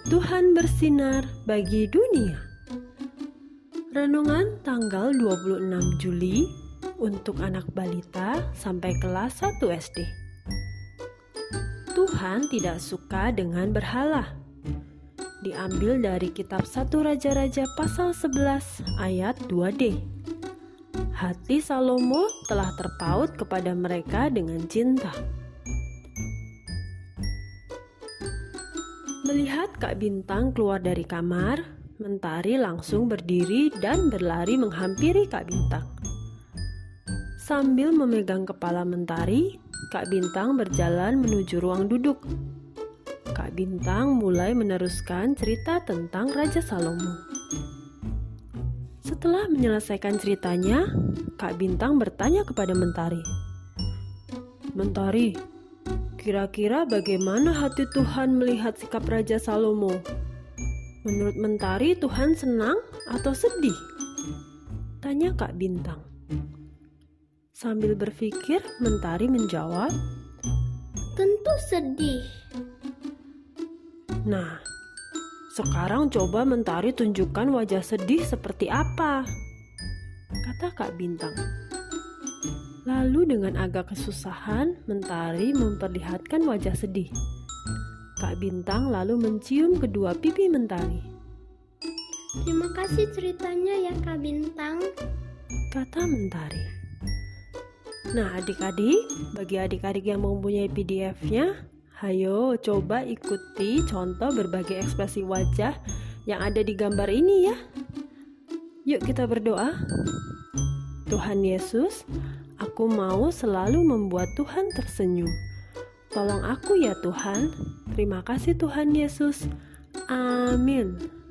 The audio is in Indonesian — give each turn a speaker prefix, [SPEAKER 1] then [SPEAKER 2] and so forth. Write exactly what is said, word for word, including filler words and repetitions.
[SPEAKER 1] Tuhan bersinar bagi dunia. Renungan tanggal dua puluh enam Juli untuk anak balita sampai kelas satu S D. Tuhan tidak suka dengan berhala. Diambil dari kitab satu Raja-Raja pasal sebelas ayat dua D. Hati Salomo telah terpaut kepada mereka dengan cinta. Melihat Kak Bintang keluar dari kamar, Mentari langsung berdiri dan berlari menghampiri Kak Bintang. Sambil memegang kepala Mentari, Kak Bintang berjalan menuju ruang duduk. Kak Bintang mulai meneruskan cerita tentang Raja Salomo. Setelah menyelesaikan ceritanya, Kak Bintang bertanya kepada Mentari, "Mentari, kira-kira bagaimana hati Tuhan melihat sikap Raja Salomo? Menurut Mentari, Tuhan senang atau sedih?" Tanya Kak Bintang. Sambil berpikir, Mentari menjawab,
[SPEAKER 2] "Tentu sedih."
[SPEAKER 1] "Nah, sekarang coba Mentari tunjukkan wajah sedih seperti apa," kata Kak Bintang. Lalu dengan agak kesusahan, Mentari memperlihatkan wajah sedih. Kak Bintang lalu mencium kedua pipi Mentari.
[SPEAKER 2] "Terima kasih ceritanya ya Kak Bintang,"
[SPEAKER 1] kata Mentari. Nah adik-adik, bagi adik-adik yang mempunyai P D F-nya, ayo coba ikuti contoh berbagai ekspresi wajah yang ada di gambar ini ya. Yuk kita berdoa. Tuhan Yesus, aku mau selalu membuat Tuhan tersenyum. Tolong aku ya Tuhan. Terima kasih Tuhan Yesus. Amin.